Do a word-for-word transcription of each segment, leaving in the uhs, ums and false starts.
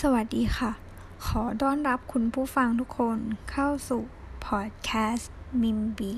สวัสดีค่ะขอต้อนรับคุณผู้ฟังทุกคนเข้าสู่พอดแคสต์มิมบี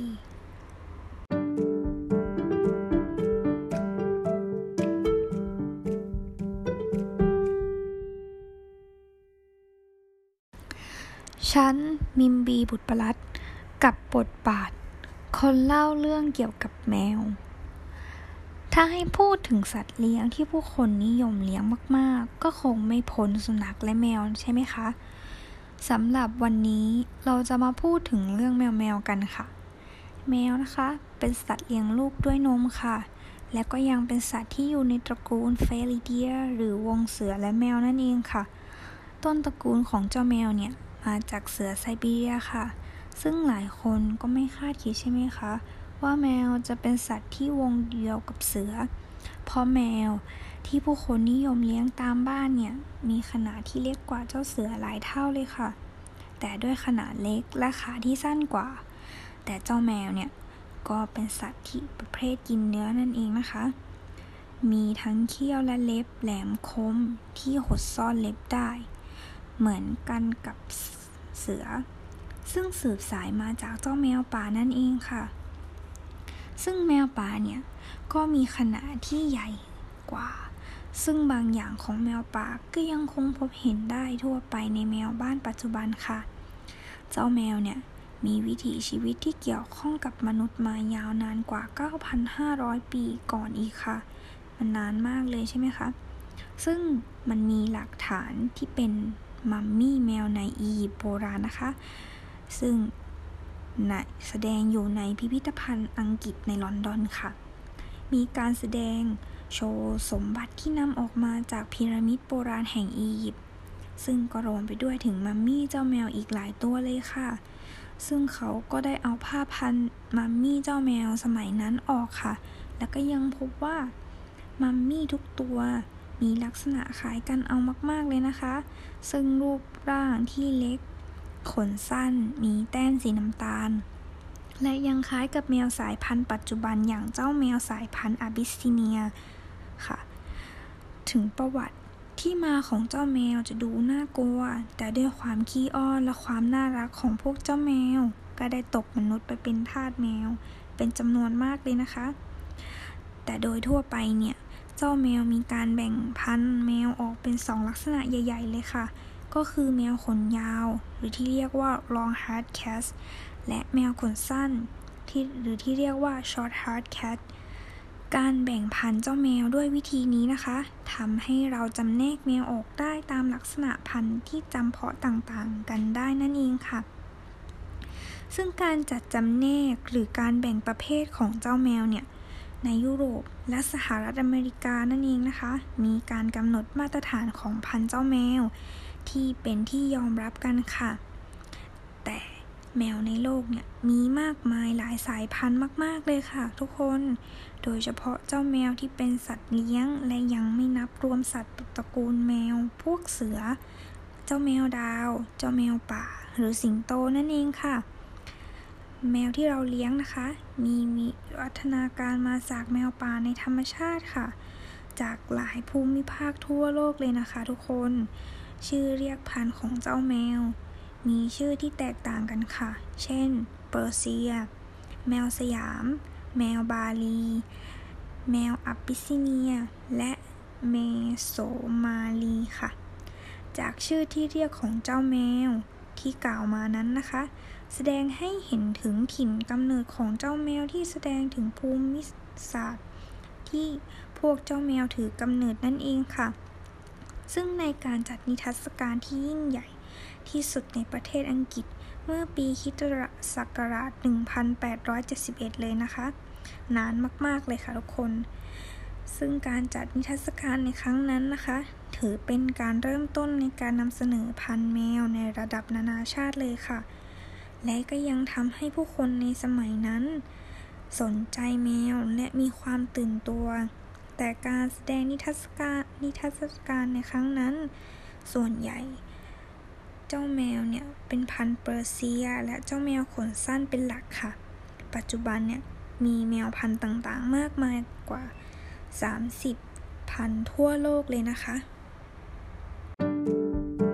ฉันมิมบีบุตรประลัดกับบทบาทคนเล่าเรื่องเกี่ยวกับแมวถ้าให้พูดถึงสัตว์เลี้ยงที่ผู้คนนิยมเลี้ยงมากๆก็คงไม่พ้นสุนัขและแมวใช่ไหมคะสำหรับวันนี้เราจะมาพูดถึงเรื่องแมวๆกันค่ะแมวนะคะเป็นสัตว์เลี้ยงลูกด้วยนมค่ะและก็ยังเป็นสัตว์ที่อยู่ในตระกูลเฟลิเดียหรือวงเสือและแมวนั่นเองค่ะต้นตระกูลของเจ้าแมวเนี่ยมาจากเสือไซบีเรียค่ะซึ่งหลายคนก็ไม่คาดคิดใช่ไหมคะว่าแมวจะเป็นสัตว์ที่วงเดียวกับเสือเพราะแมวที่ผู้คนนิยมเลี้ยงตามบ้านเนี่ยมีขนาดที่เล็กกว่าเจ้าเสือหลายเท่าเลยค่ะแต่ด้วยขนาดเล็กและขาที่สั้นกว่าแต่เจ้าแมวเนี่ยก็เป็นสัตว์ที่ประเภทกินเนื้อนั่นเองนะคะมีทั้งเขี้ยวและเล็บแหลมคมที่หดซ่อนเล็บได้เหมือนกันกับเสือซึ่งสืบสายมาจากเจ้าแมวป่านั่นเองค่ะซึ่งแมวป่าเนี่ยก็มีขนาดที่ใหญ่กว่าซึ่งบางอย่างของแมวป่าก็ยังคงพบเห็นได้ทั่วไปในแมวบ้านปัจจุบันค่ะเจ้าแมวเนี่ยมีวิถีชีวิตที่เกี่ยวข้องกับมนุษย์มายาวนานกว่า เก้าพันห้าร้อย ปีก่อนอีกค่ะมันนานมากเลยใช่ไหมคะซึ่งมันมีหลักฐานที่เป็นมัมมี่แมวในอียิปต์โบราณนะคะซึ่งแสดงอยู่ในพิพิธภัณฑ์อังกฤษในลอนดอนค่ะมีการแสดงโชว์สมบัติที่นำออกมาจากพีระมิดโบราณแห่งอียิปต์ซึ่งก็รวมไปด้วยถึงมัมมี่เจ้าแมวอีกหลายตัวเลยค่ะซึ่งเขาก็ได้เอาผ้าพันมัมมี่เจ้าแมวสมัยนั้นออกค่ะแล้วก็ยังพบว่ามัมมี่ทุกตัวมีลักษณะคล้ายกันเอามากๆเลยนะคะซึ่งรูปร่างที่เล็กขนสั้นมีแต้มสีน้ำตาลและยังคล้ายกับแมวสายพันธุ์ปัจจุบันอย่างเจ้าแมวสายพันธุ์อาบิสซิเนียค่ะถึงประวัติที่มาของเจ้าแมวจะดูน่ากลัวแต่ด้วยความขี้อ้อนและความน่ารักของพวกเจ้าแมวก็ได้ตกมนุษย์ไปเป็นทาสแมวเป็นจำนวนมากเลยนะคะแต่โดยทั่วไปเนี่ยเจ้าแมวมีการแบ่งพันธุ์แมวออกเป็นสองลักษณะใหญ่ๆเลยค่ะก็คือแมวขนยาวหรือที่เรียกว่า long haired cat และแมวขนสั้นที่หรือที่เรียกว่า short haired cat การแบ่งพันธุ์เจ้าแมวด้วยวิธีนี้นะคะทำให้เราจำแนกแมวออกได้ตามลักษณะพันธุ์ที่จำเพาะต่างๆกันได้นั่นเองค่ะซึ่งการจัดจำแนกหรือการแบ่งประเภทของเจ้าแมวเนี่ยในยุโรปและสหรัฐอเมริกานั่นเองนะคะมีการกำหนดมาตรฐานของพันธุ์เจ้าแมวที่เป็นที่ยอมรับกันค่ะแต่แมวในโลกเนี่ยมีมากมายหลายสายพันธุ์มากๆเลยค่ะทุกคนโดยเฉพาะเจ้าแมวที่เป็นสัตว์เลี้ยงและยังไม่นับรวมสัตว์ตระกูลแมวพวกเสือเจ้าแมวดาวเจ้าแมวป่าหรือสิงโตนั่นเองค่ะแมวที่เราเลี้ยงนะคะมีวิวัฒนาการมาจากแมวป่าในธรรมชาติค่ะจากหลายภูมิภาคทั่วโลกเลยนะคะทุกคนชื่อเรียกพันธุ์ของเจ้าแมวมีชื่อที่แตกต่างกันค่ะเช่นเปอร์เซียแมวสยามแมวบาลีแมวอาบิสซิเนียและเมโสมาลีค่ะจากชื่อที่เรียกของเจ้าแมวที่กล่าวมานั้นนะคะแสดงให้เห็นถึงถิ่นกำเนิดของเจ้าแมวที่แสดงถึงภูมิศาสตร์ที่พวกเจ้าแมวถือกำเนิดนั่นเองค่ะซึ่งในการจัดนิทรรศการที่ยิ่งใหญ่ที่สุดในประเทศอังกฤษเมื่อปีคริสตศักราช หนึ่งพันแปดร้อยเจ็ดสิบเอ็ด เลยนะคะนานมากๆเลยค่ะทุกคนซึ่งการจัดนิทรรศการในครั้งนั้นนะคะถือเป็นการเริ่มต้นในการนำเสนอพันธุ์แมวในระดับนานาชาติเลยค่ะและก็ยังทำให้ผู้คนในสมัยนั้นสนใจแมวและมีความตื่นตัวแต่การแสดงนิทรรศการนิทรรศการในครั้งนั้นส่วนใหญ่เจ้าแมวเนี่ยเป็นพันธุ์เปอร์เซียและเจ้าแมวขนสั้นเป็นหลักค่ะปัจจุบันเนี่ยมีแมวพันธุ์ต่างๆมากมายกว่าสามสิบพันธุ์ทั่วโลกเลยนะคะ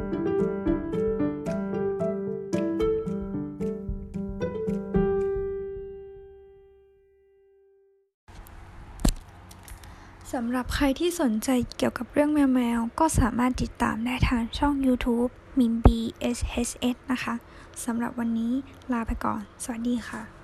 สำหรับใครที่สนใจเกี่ยวกับเรื่องแมวๆก็สามารถติดตามได้ทางช่อง YouTube มิมบี เอส เอช เอส นะคะสำหรับวันนี้ลาไปก่อนสวัสดีค่ะ